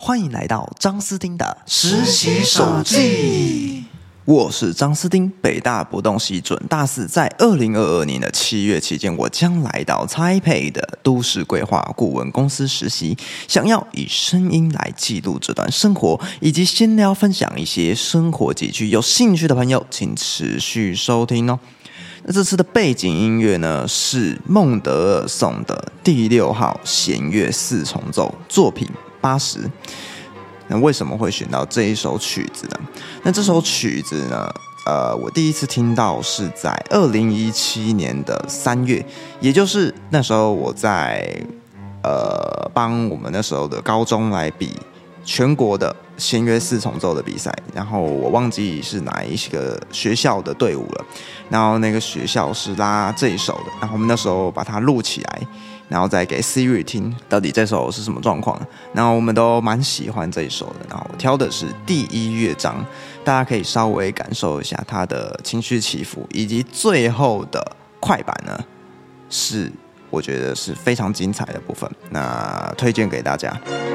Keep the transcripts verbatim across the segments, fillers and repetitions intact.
欢迎来到张斯汀的实习手记。我是张斯汀，北大不动系准大四，在二零二二年的七月期间，我将来到台北的都市规划顾问公司实习，想要以声音来记录这段生活，以及闲聊分享一些生活几句。有兴趣的朋友，请持续收听哦。那这次的背景音乐呢，是孟德尔颂的第六号弦乐四重奏作品八十。那为什么会选到这一首曲子呢？那这首曲子呢，呃，我第一次听到是在二零一七年的三月，也就是那时候我在呃帮我们那时候的高中来比全国的弦乐四重奏的比赛，然后我忘记是哪一个学校的队伍了，然后那个学校是拉这一首的，然后我们那时候把它录起来，然后再给 Siri 听，到底这首是什么状况。然后我们都蛮喜欢这一首的，然后我挑的是第一乐章，大家可以稍微感受一下它的情绪起伏，以及最后的快板呢，是我觉得是非常精彩的部分，那推荐给大家。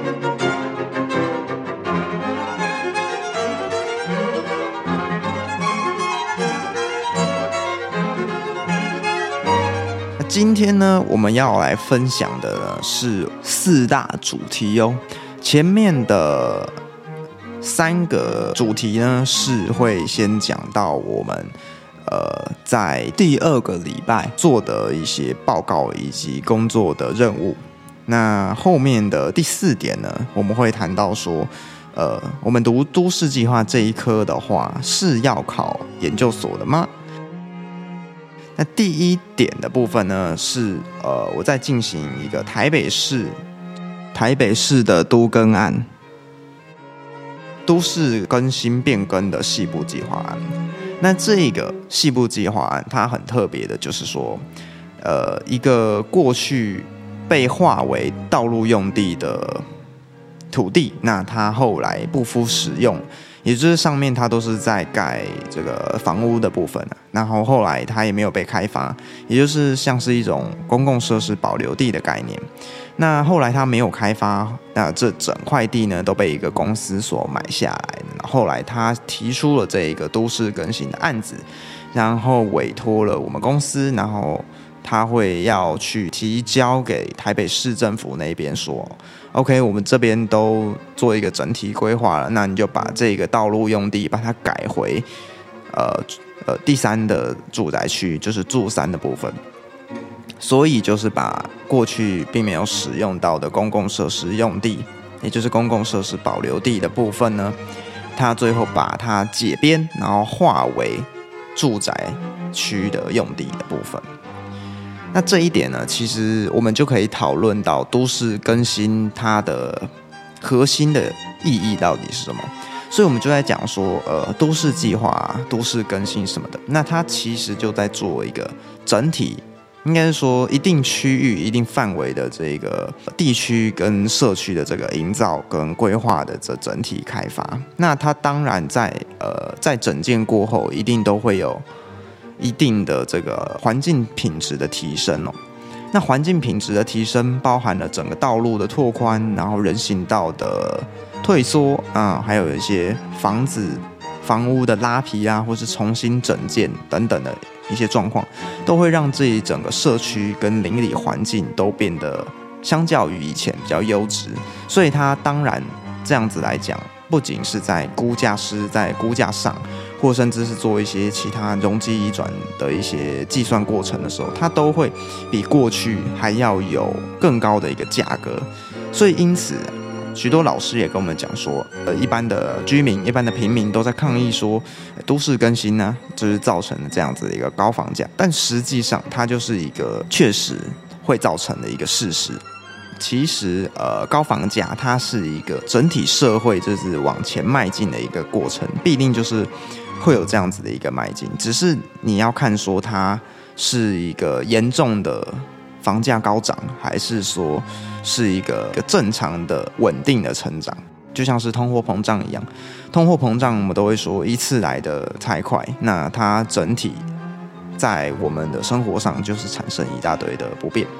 今天呢，我们要来分享的呢是四大主题哦。前面的三个主题呢是会先讲到我们呃在第二个礼拜做的一些报告以及工作的任务。那后面的第四点呢，我们会谈到说，呃，我们读都市计划这一科的话，是要考研究所的吗？那第一点的部分呢，是呃我在进行一个台北市台北市的都更案，都市更新变更的细部计划案。那这个细部计划案，它很特别的，就是说，呃，一个过去被划为道路用地的土地，那它后来不敷使用。也就是上面它都是在盖这个房屋的部分，然后后来它也没有被开发，也就是像是一种公共设施保留地的概念。那后来它没有开发，那这整块地呢都被一个公司所买下来。后来他提出了这一个都市更新的案子，然后委托了我们公司，然后他会要去提交给台北市政府那边说 OK， 我们这边都做一个整体规划了，那你就把这个道路用地把它改回呃呃第三的住宅区，就是住三的部分。所以就是把过去并没有使用到的公共设施用地，也就是公共设施保留地的部分呢，它最后把它解编，然后划为住宅区的用地的部分。那这一点呢，其实我们就可以讨论到都市更新它的核心的意义到底是什么。所以我们就在讲说，呃，都市计划、都市更新什么的，那它其实就在做一个整体，应该是说一定区域、一定范围的这个地区跟社区的这个营造跟规划的这整体开发。那它当然在呃在整建过后，一定都会有一定的这个环境品质的提升哦。那环境品质的提升包含了整个道路的拓宽，然后人行道的退缩啊、嗯，还有一些房子房屋的拉皮啊，或是重新整建等等的一些状况，都会让这一整个社区跟邻里环境都变得相较于以前比较优质。所以它当然这样子来讲，不仅是在估价师在估价上，或甚至是做一些其他容积移转的一些计算过程的时候，它都会比过去还要有更高的一个价格。所以因此许多老师也跟我们讲说，呃，一般的居民、一般的平民都在抗议说，都市更新呢，就是造成了这样子的一个高房价。但实际上，它就是一个确实会造成的一个事实。其实，呃，高房价它是一个整体社会就是往前迈进的一个过程，必定就是会有这样子的一个迈进。只是你要看说它是一个严重的房价高涨，还是说是一个正常的稳定的成长，就像是通货膨胀一样。通货膨胀我们都会说一次来的太快，那它整体在我们的生活上就是产生一大堆的不便。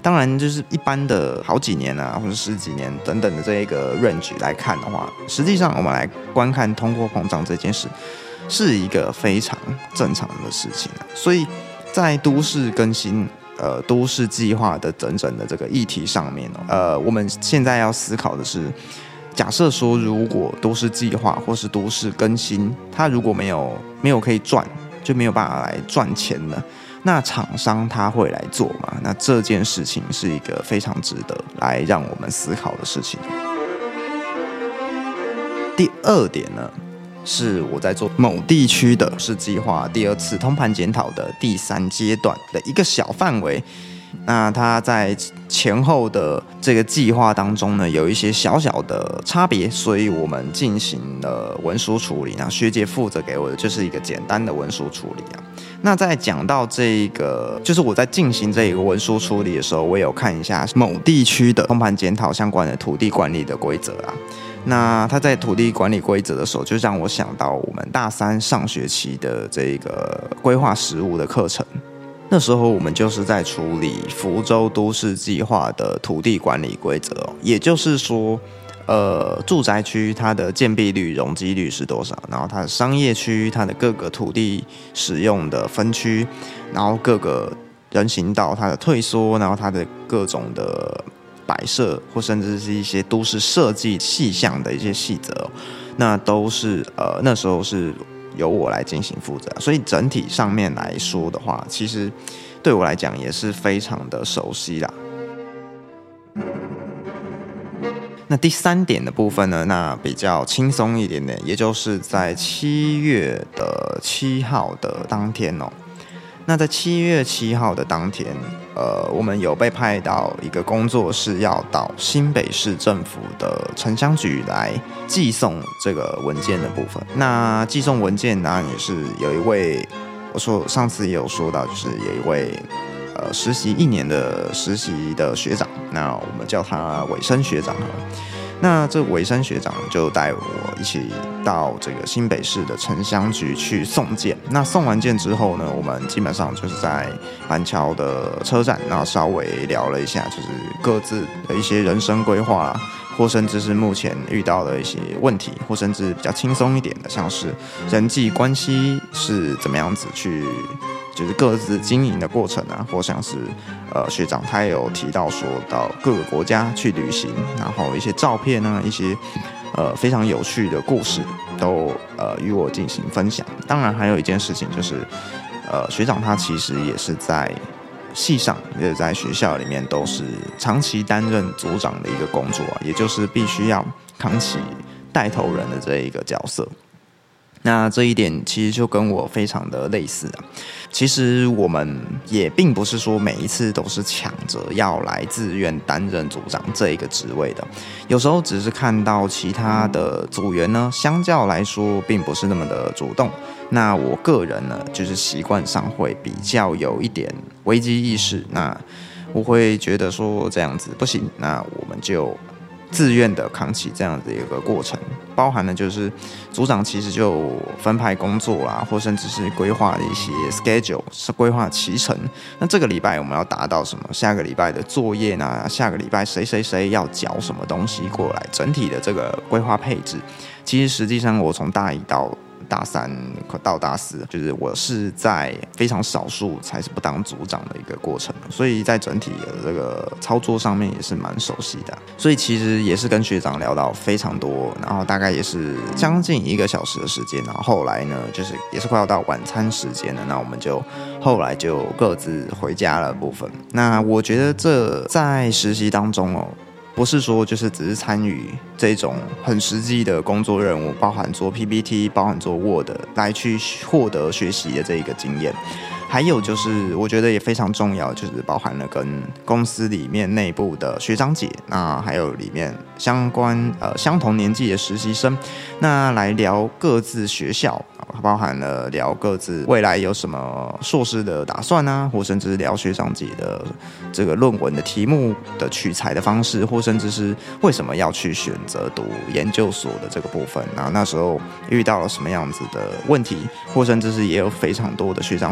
当然，就是一般的好几年啊，或者十几年等等的这一个 range 来看的话，实际上我们来观看通货膨胀这件事，是一个非常正常的事情啊。所以在都市更新、呃都市计划的整整的这个议题上面，呃，我们现在要思考的是，假设说如果都市计划或是都市更新，它如果没有没有可以赚，就没有办法来赚钱了。那厂商他会来做吗？那这件事情是一个非常值得来让我们思考的事情。第二点呢，是我在做某地区的市计划第二次通盘检讨的第三阶段的一个小范围。那它在前后的这个计划当中呢，有一些小小的差别，所以我们进行了文书处理。那学姐负责给我的就是一个简单的文书处理啊。那在讲到这个，就是我在进行这个文书处理的时候，我有看一下某地区的通盘检讨相关的土地管理的规则啊。那他在土地管理规则的时候，就让我想到我们大三上学期的这个规划实务的课程。那时候我们就是在处理福州都市计划的土地管理规则，也就是说，呃，住宅区它的建蔽率、容积率是多少？然后它的商业区它的各个土地使用的分区，然后各个人行道它的退缩，然后它的各种的摆设，或甚至是一些都市设计细项的一些细则，那都是呃那时候是由我来进行负责，所以整体上面来说的话，其实对我来讲也是非常的熟悉啦。那第三点的部分呢，那比较轻松一点点，也就是在七月的七号的当天哦。那在七月七号的当天，呃，我们有被派到一个工作室，要到新北市政府的城乡局来寄送这个文件的部分。那寄送文件呢，也是有一位，我说上次也有说到，就是有一位呃实习一年的实习的学长，那我们叫他尾生学长。那这尾生学长就带我一起到这个新北市的城乡局去送件。那送完件之后呢，我们基本上就是在板桥的车站，然后稍微聊了一下，就是各自的一些人生规划啊，或甚至是目前遇到的一些问题，或甚至比较轻松一点的，像是人际关系是怎么样子去，就是各自经营的过程啊，或像是呃学长他也有提到说到各个国家去旅行，然后一些照片啊，一些呃非常有趣的故事都呃与我进行分享。当然还有一件事情就是，呃学长他其实也是在系上，也在学校里面都是长期担任组长的一个工作啊，也就是必须要扛起带头人的这一个角色。那这一点其实就跟我非常的类似啊。其实我们也并不是说每一次都是抢着要来自愿担任组长这一个职位的，有时候只是看到其他的组员呢，相较来说并不是那么的主动。那我个人呢，就是习惯上会比较有一点危机意识，那我会觉得说这样子不行，那我们就自愿的扛起这样的一个过程，包含了就是组长其实就分派工作啦，或甚至是规划的一些 schedule， 是规划期程。那这个礼拜我们要达到什么？下个礼拜的作业呢？下个礼拜谁谁谁要缴什么东西过来？整体的这个规划配置，其实实际上我从大一到大三到大四，就是我是在非常少数才是不当组长的一个过程，所以在整体的这个操作上面也是蛮熟悉的。所以其实也是跟学长聊到非常多，然后大概也是将近一个小时的时间。然后后来呢，就是也是快要到晚餐时间了，那我们就后来就各自回家了部分。那我觉得这在实习当中哦，不是说就是只是参与这种很实际的工作任务，包含做 P P T， 包含做 Word 来去获得学习的这一个经验。还有就是我觉得也非常重要，就是包含了跟公司里面内部的学长姐，那还有里面相关呃相同年纪的实习生，那来聊各自学校，包含了聊各自未来有什么硕士的打算啊，或甚至聊学长姐的这个论文的题目的取材的方式，或甚至是为什么要去选择读研究所的这个部分。然后那时候遇到了什么样子的问题，或甚至是也有非常多的学长姐都是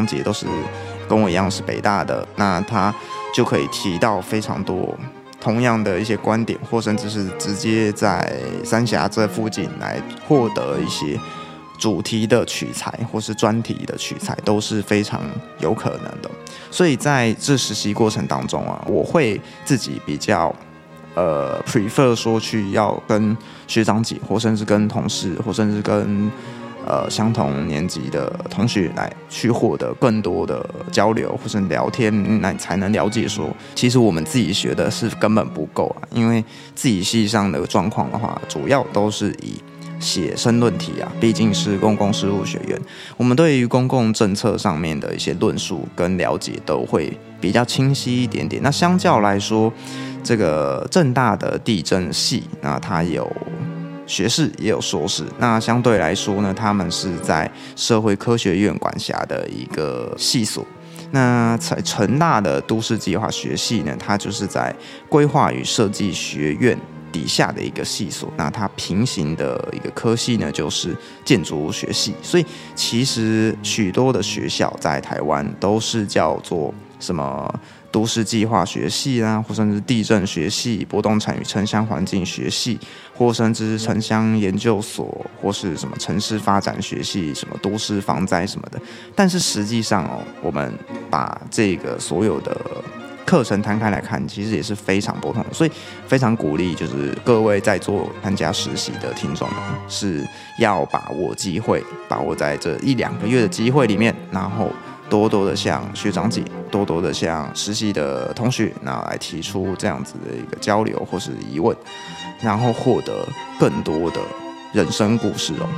跟我一样是北大的，那他就可以提到非常多同样的一些观点，或甚至是直接在三峡这附近来获得一些主题的取材或是专题的取材，都是非常有可能的。所以在这实习过程当中啊，我会自己比较呃 prefer 说去要跟学长姐，或甚至跟同事，或甚至跟呃相同年级的同学来去获得更多的交流或是聊天，那才能了解说，其实我们自己学的是根本不够啊。因为自己系上的状况的话，主要都是以写申论题啊，毕竟是公共事务学院，我们对于公共政策上面的一些论述跟了解都会比较清晰一点点。那相较来说，这个政大的地政系，那它有学士也有硕士，那相对来说呢，他们是在社会科学院管辖的一个系所。那在成大的都市计划学系呢，它就是在规划与设计学院底下的一个系所，那它平行的一个科系呢，就是建筑学系。所以其实许多的学校在台湾都是叫做什么都市计划学系啊，或甚至地政学系、不动产与城乡环境学系，或甚至城乡研究所，或是什么城市发展学系、什么都市防灾什么的。但是实际上哦，我们把这个所有的课程摊开来看，其实也是非常不同的，所以非常鼓励就是各位在做参加实习的听众们，是要把握机会，把握在这一两个月的机会里面，然后多多的向学长姐，多多的向实习的同学，那来提出这样子的一个交流或是疑问，然后获得更多的人生故事哦。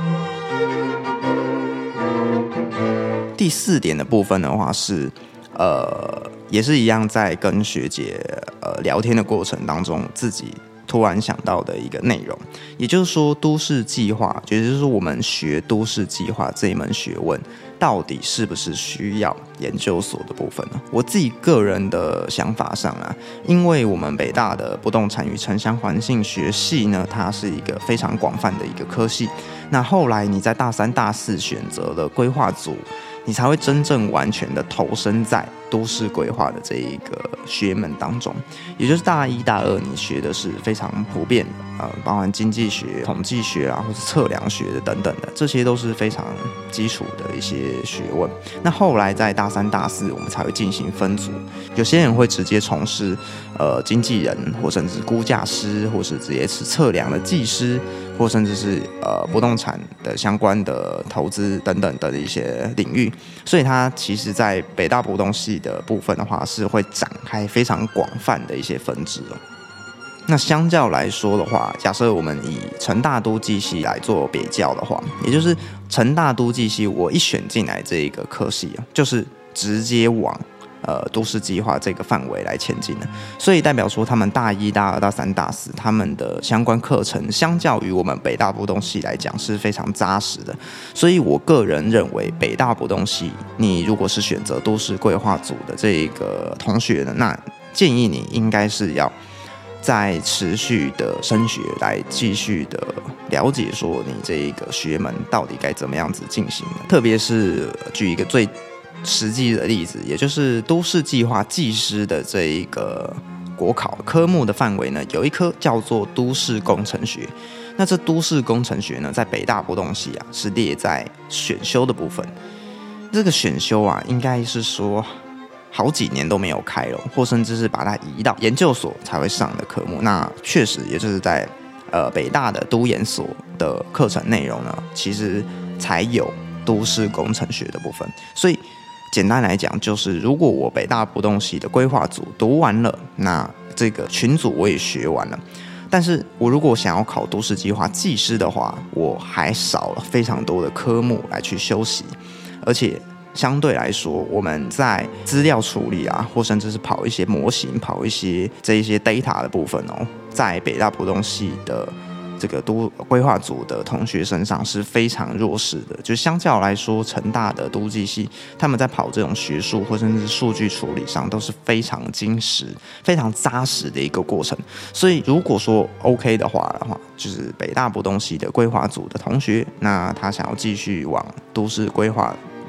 第四点的部分的话是，呃，也是一样，在跟学姐呃聊天的过程当中，自己突然想到的一个内容，也就是说，都市计划，也就是说，我们学都市计划这一门学问，到底是不是需要研究所的部分呢？我自己个人的想法上啊，因为我们北大的不动产与城乡环境学系呢，它是一个非常广泛的一个科系。那后来你在大三、大四选择了规划组，你才会真正完全的投身在都市规划的这一个学门当中。也就是大一大二你学的是非常普遍的，呃，包含经济学、统计学啊，或是测量学的等等的，这些都是非常基础的一些学问。那后来在大三大四我们才会进行分组，有些人会直接从事呃经纪人，或甚至估价师，或是直接是测量的技师，或甚至是呃不动产的相关的投资等等的一些领域。所以它其实在北大不动系的部分的话，是会展开非常广泛的一些分支哦。那相较来说的话，假设我们以成大都计系来做比较的话，也就是成大都计系我一选进来这一个科系啊，就是直接往呃都市计划这个范围来前进的，所以代表说他们大一、大二、大三、大四他们的相关课程，相较于我们北大不动系来讲是非常扎实的。所以我个人认为，北大不动系你如果是选择都市规划组的这个同学呢，那建议你应该是要再持续的升学，来继续的了解说你这一个学门到底该怎么样子进行的。特别是举一个最实际的例子，也就是都市计划技师的这一个国考科目的范围呢，有一科叫做都市工程学。那这都市工程学呢，在北大不动系啊是列在选修的部分。这个选修啊，应该是说好几年都没有开了，或甚至是把它移到研究所才会上的科目。那确实也就是在呃北大的都研所的课程内容呢，其实才有都市工程学的部分。所以简单来讲，就是如果我北大不动系的规划组读完了，那这个群组我也学完了，但是我如果想要考都市计划技师的话，我还少了非常多的科目来去修习，而且相对来说，我们在资料处理啊，或甚至是跑一些模型、跑一些这一些 data 的部分哦，在北大不动系的这个都规划组的同学身上是非常弱势的。就相较来说，成大的都计系他们在跑这种学术或甚至数据处理上都是非常精实、非常扎实的一个过程。所以如果说 OK 的话的话，就是北大不动系的规划组的同学，那他想要继续往都市规划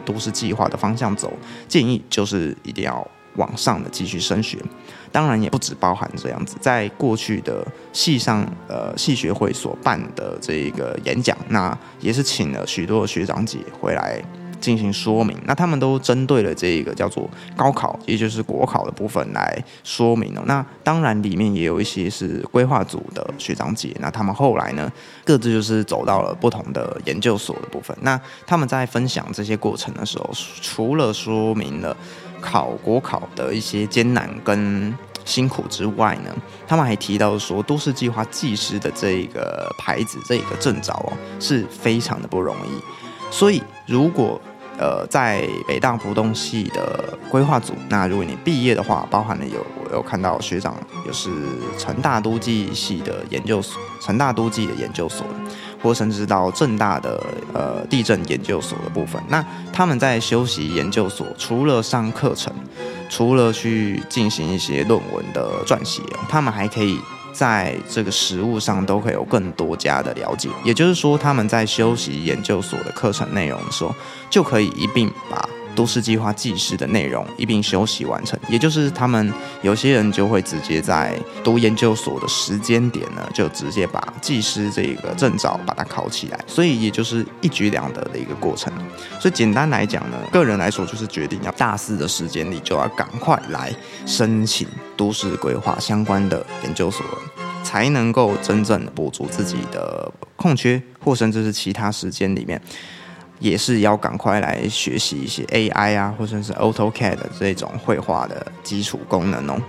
都市计划的方向走，建议就是一定要往上的继续升学。当然也不只包含这样子，在过去的系上呃系学会所办的这个演讲，那也是请了许多的学长姐回来进行说明，那他们都针对了这个叫做高考，也就是国考的部分来说明哦。那当然里面也有一些是规划组的学长姐，那他们后来呢各自就是走到了不同的研究所的部分。那他们在分享这些过程的时候，除了说明了考国考的一些艰难跟辛苦之外呢，他们还提到说，都市计划技师的这个牌子、这个证照哦，是非常的不容易。所以，如果呃在北大不动系的规划组，那如果你毕业的话，包含了有我有看到学长，有是成大都计系的研究所，成大都计的研究所，或甚至到政大的呃地震研究所的部分，那他们在修习研究所，除了上课程，除了去进行一些论文的撰写，他们还可以在这个实务上都可以有更多加的了解。也就是说，他们在修习研究所的课程内容的时候，就可以一并把都市计划技师的内容一并修习完成。也就是他们有些人就会直接在读研究所的时间点呢，就直接把技师这个证照把它考起来，所以也就是一举两得的一个过程。所以简单来讲呢，个人来说就是决定要大四的时间里就要赶快来申请都市规划相关的研究所，才能够真正补足自己的空缺，或甚至是其他时间里面也是要赶快来学习一些 A I 啊，或者是 AutoCAD 这种绘画的基础功能哦。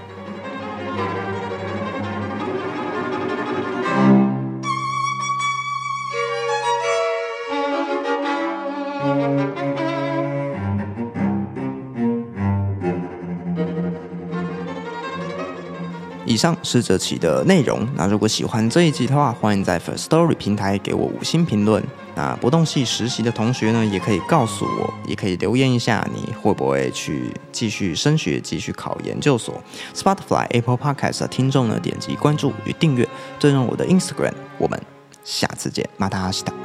以上是这期的内容。那如果喜欢这一集的话，欢迎在 Firstory 平台给我五星评论。那不动系实习的同学呢，也可以告诉我，也可以留言一下，你会不会去继续升学，继续考研究所。Spotify、Apple Podcast 的听众呢，点击关注与订阅，追踪我的 Instagram。我们下次见，また明日。